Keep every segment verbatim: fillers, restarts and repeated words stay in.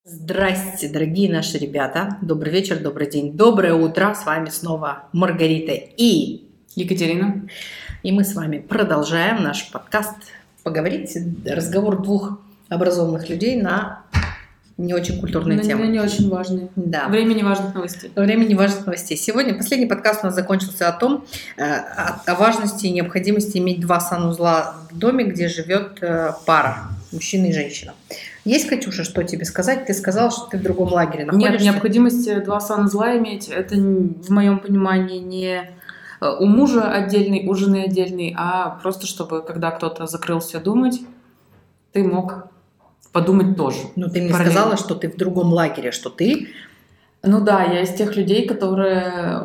Здрасте, дорогие наши ребята. Добрый вечер, добрый день, доброе утро. С вами снова Маргарита и Екатерина. И мы с вами продолжаем наш подкаст «Поговорить». Разговор двух образованных людей на не очень культурные на, темы. На не очень важные. Да. Время неважных новостей. Время неважных новостей. Сегодня последний подкаст у нас закончился о том, о, о важности и необходимости иметь два санузла в доме, где живет пара, мужчина и женщина. Есть, Катюша, что тебе сказать? Ты сказала, что ты в другом лагере находишься. Нет, необходимость два санузла иметь, это в моем понимании не у мужа отдельный, у жены отдельный, а просто чтобы, когда кто-то закрылся думать, ты мог подумать тоже. Ну, ты мне параллельно сказала, что ты в другом лагере, что ты... Ну да, я из тех людей, которые...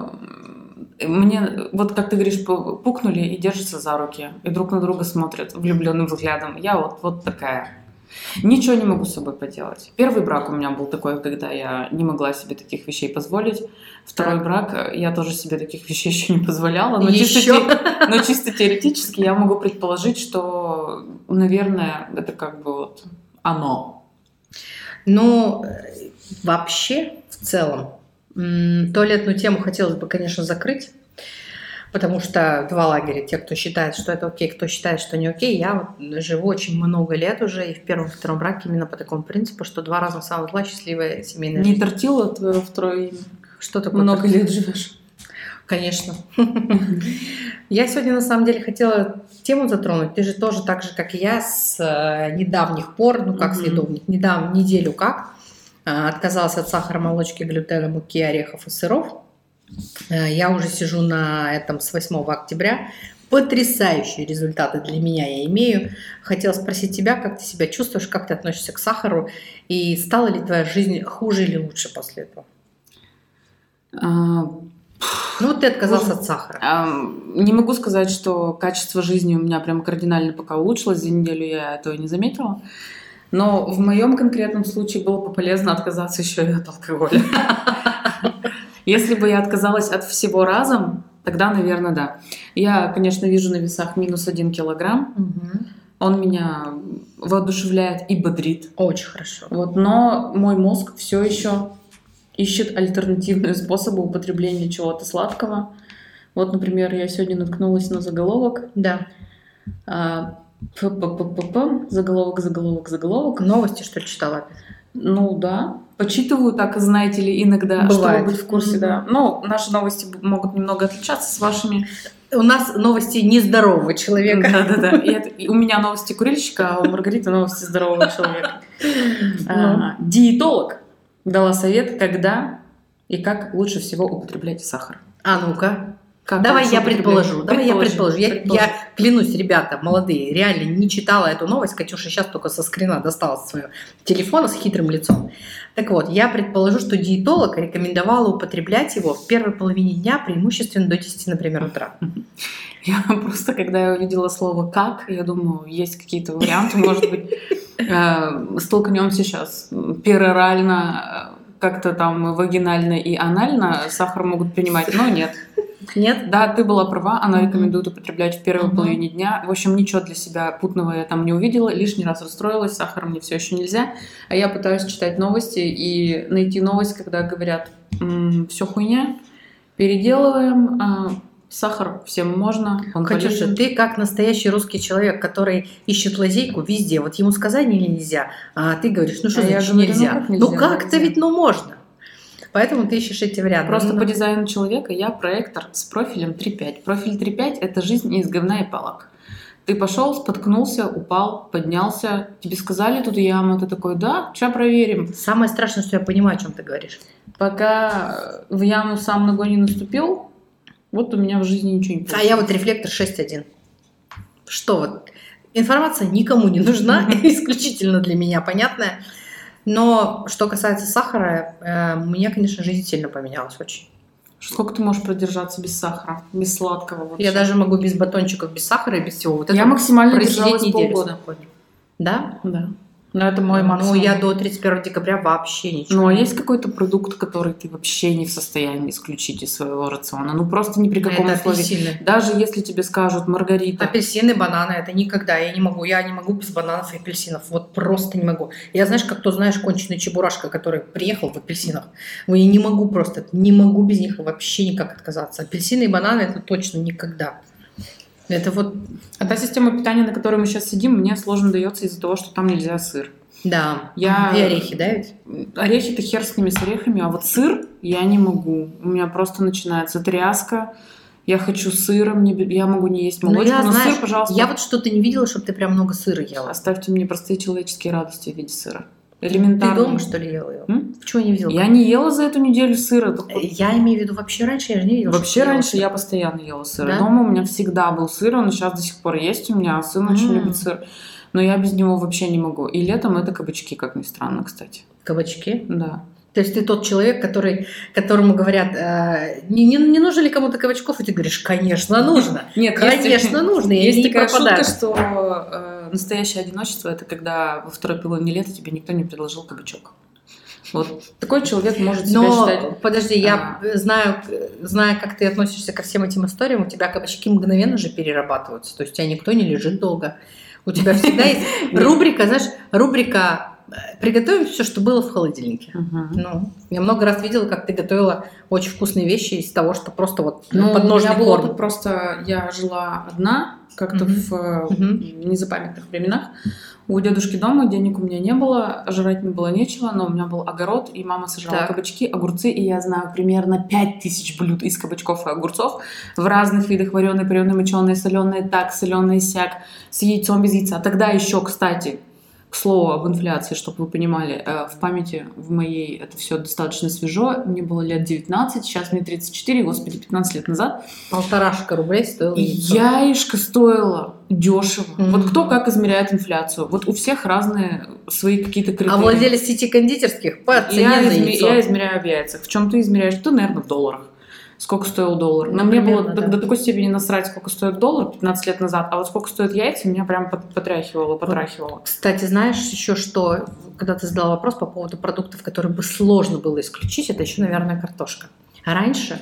Мне, вот как ты говоришь, пукнули и держатся за руки, и друг на друга смотрят влюбленным взглядом. Я вот, вот такая... Ничего не могу с собой поделать. Первый брак у меня был такой, когда я не могла себе таких вещей позволить. Второй так. брак, я тоже себе таких вещей еще не позволяла. Но чисто, но чисто теоретически я могу предположить, что, наверное, это как бы вот оно. Ну, вообще, в целом, туалетную тему хотелось бы, конечно, закрыть. Потому что два лагеря, те, кто считает, что это окей, кто считает, что не окей. Я вот живу очень много лет уже, и в первом и втором браке именно по такому принципу, что два разных санузла, счастливая семейная жизнь. Не тортила твое второе имя? Что такое? Много тортила? Лет живешь? Конечно. Я сегодня, на самом деле, хотела тему затронуть. Ты же тоже так же, как и я, с недавних пор, ну как с недавних, недавно, неделю как, отказалась от сахара, молочки, глютена, муки, орехов и сыров. Я уже сижу на этом с восьмого октября. Потрясающие результаты для меня я имею. Хотела спросить тебя, как ты себя чувствуешь, как ты относишься к сахару, и стала ли твоя жизнь хуже или лучше после этого? А... Ну вот ты отказался Может, от сахара. А, не могу сказать, что качество жизни у меня прям кардинально пока улучшилось. За неделю я этого не заметила. Но в моем конкретном случае было бы полезно отказаться еще и от алкоголя. Если бы я отказалась от всего разом, тогда, наверное, да. Я, конечно, вижу на весах минус один килограмм. Угу. Он меня воодушевляет и бодрит. Очень хорошо. Вот, но мой мозг все еще ищет альтернативные способы употребления чего-то сладкого. Вот, например, я сегодня наткнулась на заголовок. Да. А, п-п-п-п-п, заголовок, заголовок, заголовок. Новости, что ли, читала? Ну, да. Почитываю так, знаете ли, иногда, бывает. Чтобы быть в курсе, mm-hmm. да. Ну, наши новости могут немного отличаться с вашими. У нас новости нездорового человека. Да-да-да. И это, и у меня новости курильщика, а у Маргариты новости здорового человека. А, диетолог дала совет, когда и как лучше всего употреблять сахар. А ну-ка. Как Давай я предположу. Давай я предположу. Я, я клянусь, ребята, молодые, реально не читала эту новость. Катюша сейчас только со скрина достала со своего телефона с хитрым лицом. Так вот, я предположу, что диетолог рекомендовала употреблять его в первой половине дня, преимущественно до десяти, например, утра. Я просто, когда я увидела слово «как», я думаю, есть какие-то варианты, может быть, столкнемся сейчас перорально, как-то там вагинально и анально сахар могут принимать, но нет. Нет? Да, ты была права, она mm-hmm. рекомендует употреблять в первой mm-hmm. половине дня. В общем, ничего для себя путного я там не увидела, лишний раз расстроилась, сахар мне все еще нельзя. А я пытаюсь читать новости и найти новость, когда говорят, м-м, все хуйня, переделываем, а сахар всем можно. Катюша, ты как настоящий русский человек, который ищет лазейку везде. Вот ему сказать или нельзя, а ты говоришь, ну что а значит говорю, нельзя? Ну, как нельзя? Ну как-то ведь, ну можно. Поэтому ты ищешь эти варианты. Просто ну, по дизайну человека я проектор с профилем три пять. Профиль три пять – это жизнь из говна и палок. Ты пошел, споткнулся, упал, поднялся. Тебе сказали, тут яма. Ты такой, да, сейчас проверим. Самое страшное, что я понимаю, о чем ты говоришь. Пока в яму сам ногой не наступил, вот у меня в жизни ничего не получилось. А я вот рефлектор шесть один. Что вот? Информация никому не нужна, исключительно для меня понятная. Но что касается сахара, э, у меня, конечно, жизнь сильно поменялась очень. Сколько ты можешь продержаться без сахара, без сладкого вообще? Я даже могу без батончиков, без сахара и без всего. Вот я максимально держалась полгода. Да? Да. Но это мой максимум. Ну, я до тридцать первого декабря вообще ничего. Ну, а есть какой-то продукт, который ты вообще не в состоянии исключить из своего рациона? Ну, просто ни при каком Это условии. апельсины. Даже если тебе скажут, Маргарита... Апельсины, бананы, это никогда. Я не могу. Я не могу без бананов и апельсинов. Вот просто не могу. Я, знаешь, как кто, знаешь, конченый чебурашка, который приехал в апельсинах. Ну, я не могу просто. Не могу без них вообще никак отказаться. Апельсины и бананы это точно никогда. Это вот... А та система питания, на которой мы сейчас сидим, мне сложно дается из-за того, что там нельзя сыр. Да. Я... И орехи, да, ведь? Орехи-то хер с ними, с орехами, а вот сыр я не могу. У меня просто начинается тряска. Я хочу сыра, мне... я могу не есть молочку, ну, я, но знаешь, сыр, пожалуйста. Я вот что-то не видела, чтобы ты прям много сыра ела. Оставьте мне простые человеческие радости в виде сыра. Элементарно. Ты дома, что ли, ела его? М? Почему я не видела? Я не ела за эту неделю сыра. Я имею в виду вообще раньше, я же не видела. Вообще что раньше ела. я постоянно ела сыр. Да? Дома у меня всегда был сыр, он сейчас до сих пор есть у меня, сын очень М. любит сыр. Но я без него вообще не могу. И летом это кабачки, как ни странно, кстати. Кабачки? Да. То есть ты тот человек, который, которому говорят, э, не, не, не нужно ли кому-то кабачков, и ты говоришь, конечно, нужно. Нет, Конечно, есть, нужно. И есть они не такая пропадают. шутка, что э, настоящее одиночество — это когда во второй половине лета тебе никто не предложил кабачок. Вот такой человек может себя Но, считать... подожди, я знаю, знаю, как ты относишься ко всем этим историям, у тебя кабачки мгновенно же перерабатываются, то есть у тебя никто не лежит долго. У тебя всегда есть рубрика, знаешь, рубрика «Приготовим все, что было в холодильнике». Угу. Ну, я много раз видела, как ты готовила очень вкусные вещи из того, что просто вот ну, подножный я была корм. тут просто... Я жила одна как-то Мгм. в Мгм. незапамятных временах. У дедушки дома денег у меня не было, жрать не было нечего, но у меня был огород, и мама сажала Так. кабачки, огурцы, и я знаю примерно пять тысяч блюд из кабачков и огурцов в разных видах: вареные, пареные, моченые, соленые, так, соленые, сяк, с яйцом, без яйца. А тогда еще, кстати, к слову об инфляции, чтобы вы понимали, э, в памяти в моей это все достаточно свежо. Мне было лет девятнадцать, сейчас мне тридцать четыре, господи, пятнадцать лет назад. Полторашка рублей стоило яйцо. Яишко стоило дешево. Мгм. Вот кто как измеряет инфляцию? Вот у всех разные свои какие-то критерии. А владелец сети кондитерских по цене я, на изме- яйцо. я измеряю в яйцах. В чем ты измеряешь? Ты, наверное, в долларах. Сколько стоил доллар? Ну, На мне было примерно, до, да. до такой степени насрать, сколько стоит доллар пятнадцать лет назад, а вот сколько стоят яйца, меня прям под- потряхивало, потрахивало. Кстати, знаешь еще что, когда ты задала вопрос по поводу продуктов, которые бы сложно было исключить, это еще, наверное, картошка. А раньше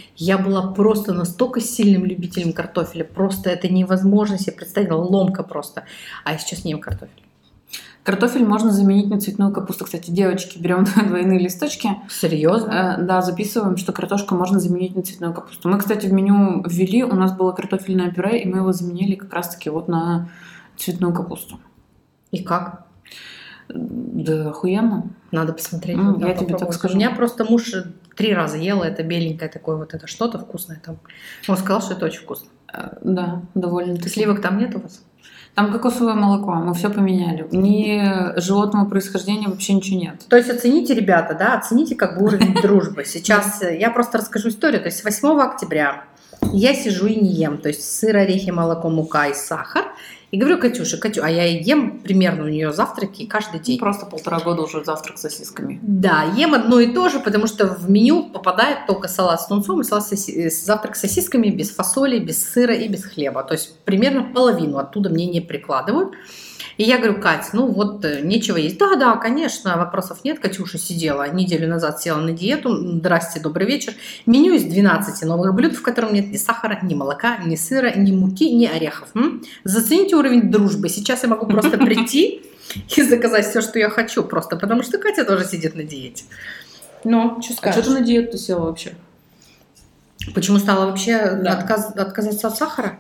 я была просто настолько сильным любителем картофеля, просто это невозможно себе представить, ломка просто. А я сейчас не ем картофель. Картофель можно заменить на цветную капусту. Кстати, девочки, берем двойные листочки. Серьезно? Э, да, записываем, что картошку можно заменить на цветную капусту. Мы, кстати, в меню ввели, у нас было картофельное пюре, и мы его заменили как раз-таки вот на цветную капусту. И как? Да, охуенно. Надо посмотреть. М, вот, я да, тебе так попробовать. скажу. У меня просто муж три раза ел это беленькое такое вот это что-то вкусное там. Он сказал, что это очень вкусно. Э, Да, довольно-таки. Сливок там нет у вас? Там кокосовое молоко, мы все поменяли. Ни животного происхождения вообще ничего нет. То есть оцените, ребята, да, оцените как бы уровень дружбы. Сейчас э, я просто расскажу историю. То есть с восьмого октября я сижу и не ем. То есть сыр, орехи, молоко, мука и сахар. И говорю Катюше, Катю, а я ем примерно у нее завтраки каждый день. Просто полтора года уже завтрак с сосисками. Да, ем одно и то же, потому что в меню попадает только салат с тунцом и салат с соси- с- завтрак с сосисками без фасоли, без сыра и без хлеба. То есть примерно половину оттуда мне не прикладывают. И я говорю, Кать, ну вот э, нечего есть. Да, да, конечно, вопросов нет. Катюша сидела, неделю назад села на диету. Здрасте, добрый вечер. Меню из двенадцати новых блюд, в котором нет ни сахара, ни молока, ни сыра, ни муки, ни орехов. М? Зацените уровень дружбы. Сейчас я могу просто прийти и заказать все, что я хочу, просто потому что Катя тоже сидит на диете. Ну, что А скажешь? что ты на диету села вообще? Почему стала вообще Да. отказ- отказаться от сахара?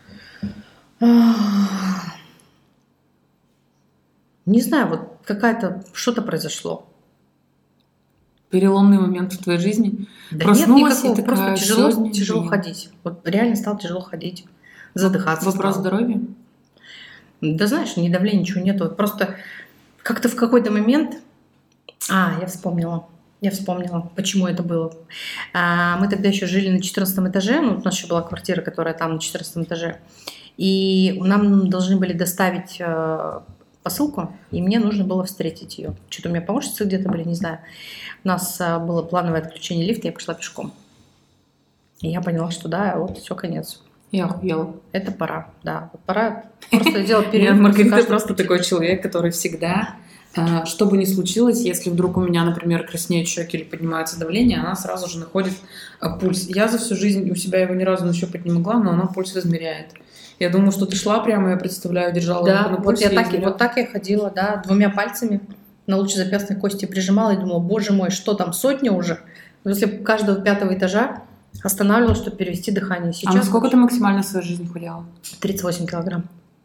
Не знаю, вот какая-то что-то произошло. Переломный момент в твоей жизни? Да Проснулась нет никакого, и такая, просто тяжело, «Всё, не тяжело ем». ходить. Вот реально стало тяжело ходить, задыхаться. Вопрос стало. здоровья? Да знаешь, ни давления, ничего нету. Вот просто как-то в какой-то момент... А, я вспомнила. Я вспомнила, почему это было. А, мы тогда еще жили на четырнадцатом этаже. Ну, у нас еще была квартира, которая там на четырнадцатом этаже. И нам должны были доставить э, посылку, и мне нужно было встретить ее. Что-то у меня помощницы где-то были, не знаю. У нас э, было плановое отключение лифта, я пошла пешком. И я поняла, что да, вот все, конец. Я охуела. Это пора, да. Пора просто делать перерыв. Нет, Маргарита просто такой человек, который всегда, что бы ни случилось, если вдруг у меня, например, краснеют щеки или поднимается давление, она сразу же находит пульс. Я за всю жизнь у себя его ни разу нащупать не могла, но она пульс измеряет. Я думаю, что ты шла прямо, я представляю, держала да, руку на вот пульсе. Я так, вот так я ходила, да, двумя пальцами на лучезапястной кости прижимала и думала, боже мой, что там, сотня уже? После каждого пятого этажа останавливалась, чтобы перевести дыхание. Сейчас а насколько ты максимально в своей жизни худела? тридцать восемь килограмм.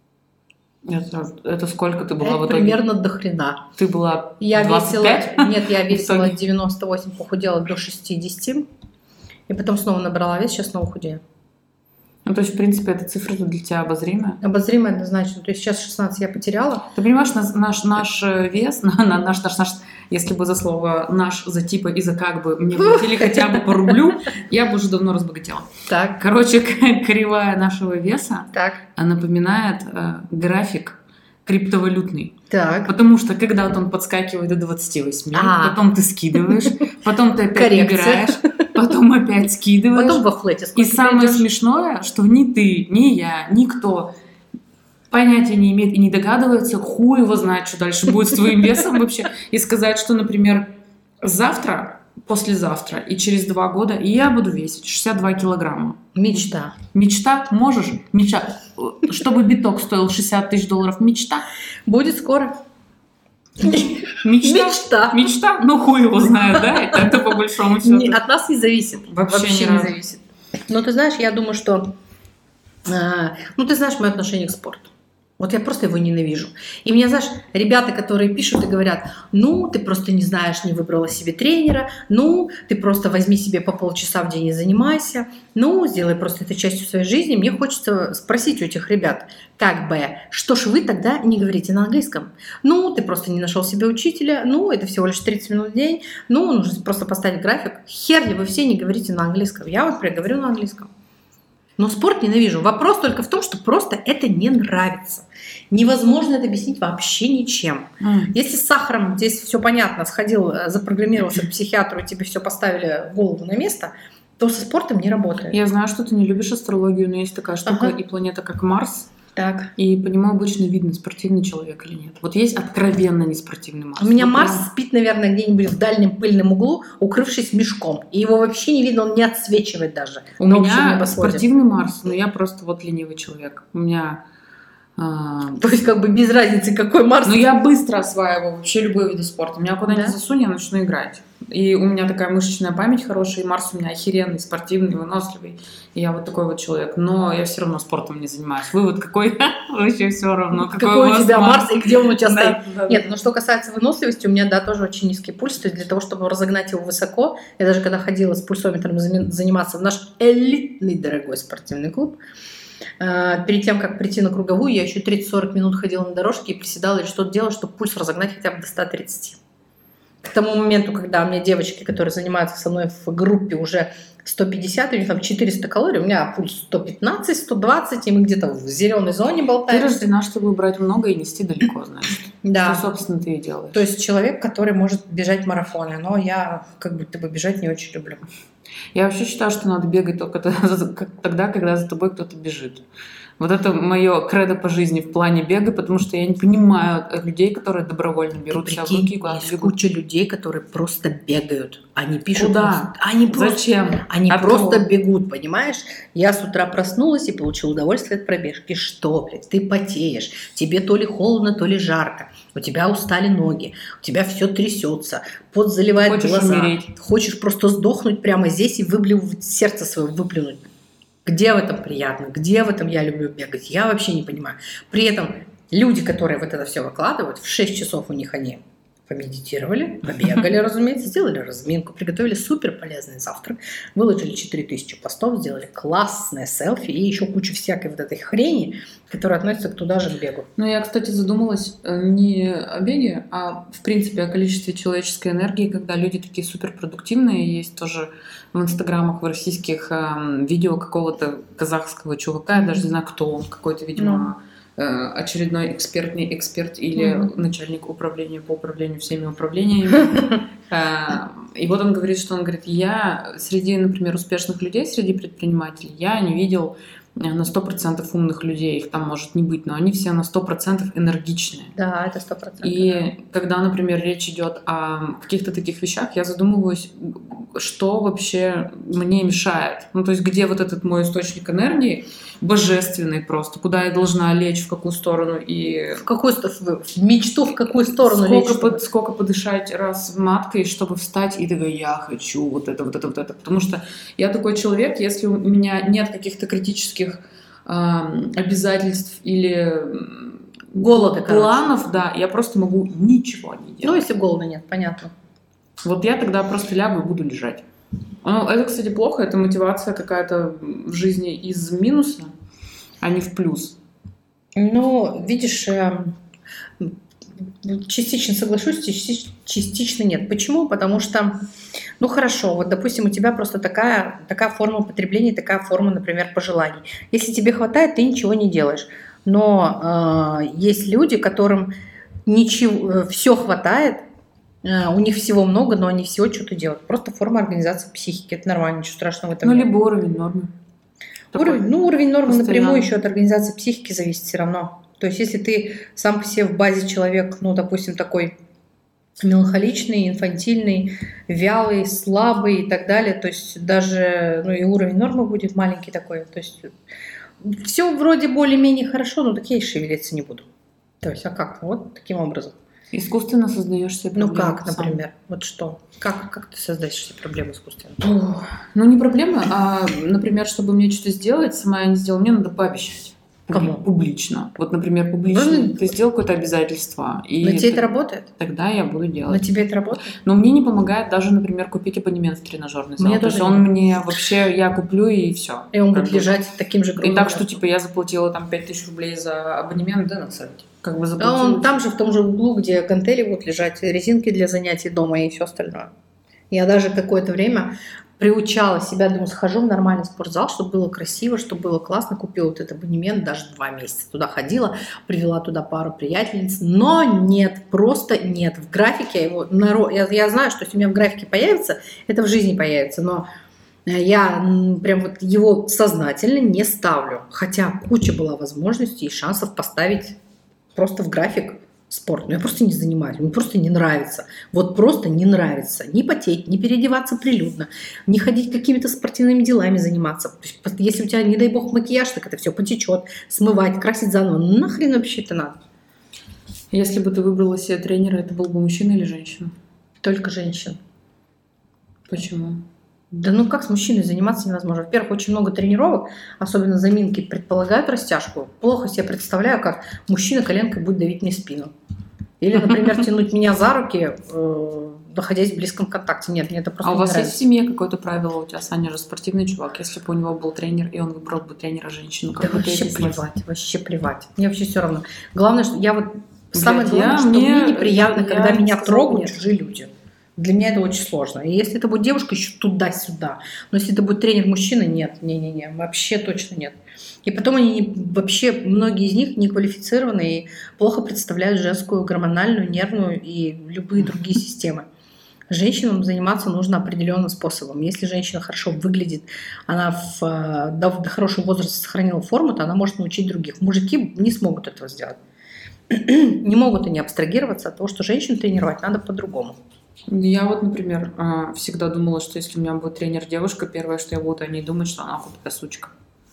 Это, это сколько ты была это в итоге? Примерно до хрена. Ты была я двадцать пять? Весила, нет, я весила девяносто восемь, похудела до шестидесяти. И потом снова набрала вес, сейчас снова худею. Ну, то есть, в принципе, эта цифра для тебя обозримая? Обозримая однозначно. То есть сейчас шестнадцать я потеряла. Ты понимаешь, наш, наш вес, наш, наш, наш, если бы за слово «наш», за типа и за как бы мне платили хотя бы по рублю, я бы уже давно разбогатела. Так. Короче, кривая нашего веса так. напоминает э, график криптовалютный. Так. Потому что когда-то он подскакивает до двадцати восьми, А-а-а. потом ты скидываешь, потом ты опять Коррекция. играешь, потом опять скидываешь. Потом во флете. И самое идешь? Смешное, что ни ты, ни я, никто понятия не имеет и не догадывается, хуй его знает, что дальше будет с твоим весом вообще. И сказать, что, например, завтра, послезавтра и через два года я буду весить шестьдесят два килограмма. Мечта. Мечта? Можешь? Мечта. Чтобы биток стоил шестьдесят тысяч долларов. Мечта? Будет скоро. Мечта? Мечта. Мечта? Ну, хуй его знает, да? Это по большому счету. Не, от нас не зависит. Вообще, Вообще не, не зависит. Но ты знаешь, я думаю, что... А, ну, ты знаешь мое отношение к спорту. Вот я просто его ненавижу. И мне, знаешь, ребята, которые пишут и говорят, ну, ты просто не знаешь, не выбрала себе тренера, ну, ты просто возьми себе по полчаса в день и занимайся, ну, сделай просто это частью своей жизни. Мне хочется спросить у этих ребят, как бы, что ж вы тогда не говорите на английском? Ну, ты просто не нашел себе учителя, ну, это всего лишь тридцать минут в день, ну, нужно просто поставить график. Хер ли вы все не говорите на английском? Я вот прям говорю на английском. Но спорт ненавижу. Вопрос только в том, что просто это не нравится. Невозможно это объяснить вообще ничем. Mm. Если с сахаром здесь все понятно, сходил, запрограммировался к психиатру, и тебе все поставили голову на место, то со спортом не работает. Я знаю, что ты не любишь астрологию, но есть такая штука, ага. и планета как Марс. Так. И по нему обычно видно, спортивный человек или нет. Вот есть откровенно неспортивный Марс. У меня вот Марс прям... спит, наверное, где-нибудь в дальнем пыльном углу, укрывшись мешком. И его вообще не видно, он не отсвечивает даже. У меня спортивный Марс, но я просто вот ленивый человек. У меня... А... То есть как бы без разницы, какой Марс. Но я быстро осваиваю вообще любые виды спорта. Меня куда-нибудь да? засунь, я начну играть. И у меня такая мышечная память хорошая, и Марс у меня охеренный, спортивный, выносливый. И я вот такой вот человек. Но я все равно спортом не занимаюсь. Вывод какой? Вообще все равно. Какой, какой у тебя Марс и где он у тебя да, стоит? Да, Нет, да. но что касается выносливости, у меня, да, тоже очень низкий пульс. То есть для того, чтобы разогнать его высоко, я даже когда ходила с пульсометром заниматься в наш элитный дорогой спортивный клуб, перед тем, как прийти на круговую, я еще тридцать-сорок минут ходила на дорожке и приседала или что-то делала, чтобы пульс разогнать хотя бы до ста тридцати. К тому моменту, когда у меня девочки, которые занимаются со мной в группе, уже сто пятьдесят, у них там четыреста калорий, у меня пульс сто пятнадцать, сто двадцать, и мы где-то в зеленой зоне болтаем. Ты рождена, чтобы брать много и нести далеко, значит. Да. Что, собственно, ты и делаешь. То есть человек, который может бежать марафоны, но я как будто бы бежать не очень люблю. Я вообще считаю, что надо бегать только тогда, когда за тобой кто-то бежит. Вот это мое кредо по жизни в плане бега, потому что я не понимаю людей, которые добровольно берут себя в руки. Есть куча людей, которые просто бегают. Они пишут... Куда? Они просто, Зачем? Они От просто кого? бегут, понимаешь? Я с утра проснулась и получила удовольствие от пробежки. Что, блядь, ты потеешь, тебе то ли холодно, то ли жарко, у тебя устали ноги, у тебя все трясется, пот заливает Хочешь глаза. умереть. Хочешь просто сдохнуть прямо здесь и выблевать сердце свое, выплюнуть. Где в этом приятно? Где в этом я люблю бегать? Я вообще не понимаю. При этом люди, которые вот это все выкладывают, в шесть часов у них они помедитировали, побегали, разумеется, сделали разминку, приготовили супер полезный завтрак, выложили четыре тысячи постов, сделали классное селфи и еще кучу всякой вот этой хрени, которая относится к туда же к бегу. Ну, я, кстати, задумалась не о беге, а, в принципе, о количестве человеческой энергии, когда люди такие суперпродуктивные. Есть тоже в инстаграмах, в российских э, видео какого-то казахского чувака, я даже не знаю, кто он, какой-то, видимо, э, очередной экспертный эксперт или mm-hmm. начальник управления по управлению всеми управлениями. И вот он говорит, что он говорит, я среди, например, успешных людей, среди предпринимателей, я не видел на сто процентов умных людей, их там может не быть, но они все на сто процентов энергичные. Да, это сто процентов. И когда, например, речь идет о каких-то таких вещах, я задумываюсь, что вообще мне мешает. Ну, то есть, где вот этот мой источник энергии, божественный просто, куда я должна лечь, в какую сторону и... В какую сторону? В мечту в какую сторону сколько, лечь? под, сколько подышать раз маткой, чтобы встать и такая, я хочу вот это, вот это, вот это. Потому что я такой человек, если у меня нет каких-то критических э, обязательств или голода, планов, короче. Да, я просто могу ничего не делать. Ну, если голода нет, понятно. Вот я тогда просто лягу и буду лежать. Ну, это, кстати, плохо, это мотивация какая-то в жизни из минуса, а не в плюс. Ну, видишь, частично соглашусь, частично нет. Почему? Потому что, ну хорошо, вот допустим, у тебя просто такая, такая форма потребления, такая форма, например, пожеланий. Если тебе хватает, ты ничего не делаешь. Но э, есть люди, которым ничего, все хватает, э, у них всего много, но они всего что-то делают. Просто форма организации психики, это нормально, ничего страшного в этом нет. нет. Ну, либо уровень нормы. Уровень, ну, уровень нормы постоянно. Напрямую еще от организации психики зависит все равно. То есть, если ты сам по себе в базе человек, ну, допустим, такой меланхоличный, инфантильный, вялый, слабый и так далее, то есть даже, ну, и уровень нормы будет маленький такой. То есть все вроде более-менее хорошо, но так я и шевелиться не буду. То есть, а как? Вот таким образом. Искусственно создаешь себе проблемы. Ну как, например? Сам. Вот что? Как, как ты создаешь себе проблемы искусственно? Ну, не проблема, а, например, чтобы мне что-то сделать, сама я не сделала, мне надо пообещать. Кому? Публично. Вот, например, публично Можно... ты сделал какое-то обязательство. И на тебе это работает? Тогда я буду делать. На тебе это работает? Но мне не помогает даже, например, купить абонемент в тренажерный зал. Мне То тоже есть он мне вообще, я куплю и все. И он будет лежать таким же грузом. И так, что типа я заплатила там пять тысяч рублей за абонемент, да, на сайте. Как бы заплатила. А он там же, в том же углу, где гантели будут лежать, резинки для занятий дома и все остальное. Я даже какое-то время приучала себя, думаю, схожу в нормальный спортзал, чтобы было красиво, чтобы было классно, купила вот этот абонемент, даже два месяца туда ходила, привела туда пару приятельниц, но нет, просто нет. В графике его, я, я знаю, что если у меня в графике появится, это в жизни появится, но я прям вот его сознательно не ставлю, хотя куча была возможностей и шансов поставить просто в график спорт, но я просто не занимаюсь, мне просто не нравится. Вот просто не нравится. Не потеть, не переодеваться прилюдно, не ходить какими-то спортивными делами заниматься. Если у тебя, не дай бог, макияж, так это все потечет, смывать, красить заново. Нахрен вообще это надо? Если бы ты выбрала себе тренера, это был бы мужчина или женщина? Только женщина. Почему? Да ну как с мужчиной заниматься невозможно. Во-первых, очень много тренировок, особенно заминки, предполагают растяжку. Плохо себе представляю, как мужчина коленкой будет давить мне спину. Или, например, тянуть меня за руки, находясь в близком контакте. Нет, мне это просто не нравится. А у вас есть в семье какое-то правило? У тебя Саня же спортивный чувак. Если бы у него был тренер, и он выбрал бы тренера женщину, как да бы вообще плевать, вообще плевать. Мне вообще все равно. Главное, что я вот... Блядь, самое главное, я, что мне, мне неприятно, я, когда я меня трогают нет. чужие люди. Для меня это очень сложно. И если это будет девушка, еще туда-сюда. Но если это будет тренер-мужчина, нет, не-не-не, вообще точно нет. И потом они вообще, многие из них не квалифицированы и плохо представляют женскую гормональную, нервную и любые другие системы. Женщинам заниматься нужно определенным способом. Если женщина хорошо выглядит, она в, до, до хорошего возраста сохранила форму, то она может научить других. Мужики не смогут этого сделать. Не могут они абстрагироваться от того, что женщину тренировать надо по-другому. Я вот, например, всегда думала, что если у меня будет тренер-девушка, первое, что я буду о ней думать, что она худая сучка.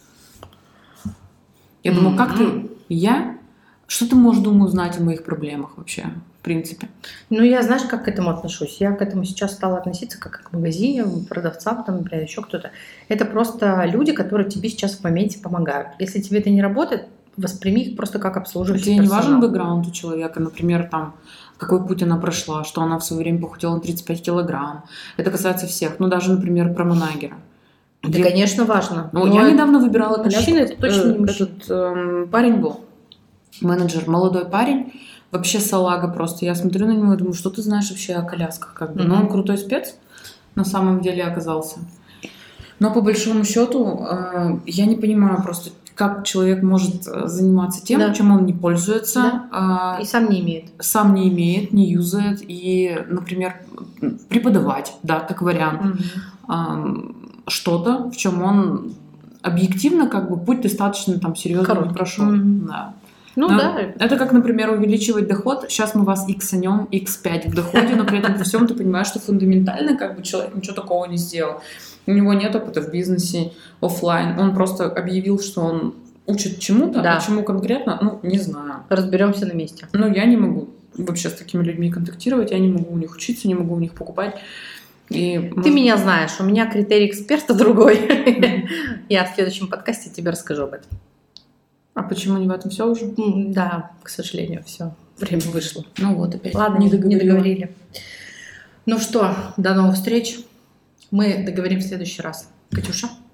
Я думаю, как ты, я, что ты можешь, думаю, узнать о моих проблемах вообще, в принципе? Ну, я, знаешь, как к этому отношусь? Я к этому сейчас стала относиться как к магазине, продавцам, там, например, еще кто-то. Это просто люди, которые тебе сейчас в моменте помогают. Если тебе это не работает, восприми их просто как обслуживающий персонал. Тебе не важен бэкграунд у человека, например, там, какой путь она прошла, что она в свое время похудела на тридцать пять килограмм. Это касается всех. Ну, даже, например, про манагера. Да, я... конечно, важно. Ну, я недавно выбирала коляску. Мужчина, это точно не мужчина. Этот э, парень был, менеджер, молодой парень, вообще салага просто. Я смотрю на него и думаю, что ты знаешь вообще о колясках? Как бы. Mm-hmm. Но он крутой спец, на самом деле оказался. Но по большому счету э, я не понимаю просто, как человек может заниматься тем, да. чем он не пользуется. Да. Э, и сам не имеет. Сам не имеет, не юзает. И, например, преподавать, да, как вариант. Mm-hmm. Э, что-то, в чем он объективно как бы путь достаточно там серьезно Короткий. не прошел. Мгм. Да. Ну Но да. Это как, например, увеличивать доход. Сейчас мы вас иксанем, икс пять в доходе, но при этом при всем ты понимаешь, что фундаментально как бы человек ничего такого не сделал. У него нет опыта в бизнесе, офлайн. Он просто объявил, что он учит чему-то, Да. а чему конкретно, ну, не знаю. Разберемся на месте. Но я не могу вообще с такими людьми контактировать, я не могу у них учиться, не могу у них покупать. И, Ты может, меня знаешь, у меня критерий эксперта другой. Я в следующем подкасте тебе расскажу об этом. А почему не в этом все уже? М, Да, к сожалению, все. Время вышло. Ну вот опять. Ладно, не не договорила. договорили. Ну что, до новых встреч. Мы договорим в следующий раз. Катюша?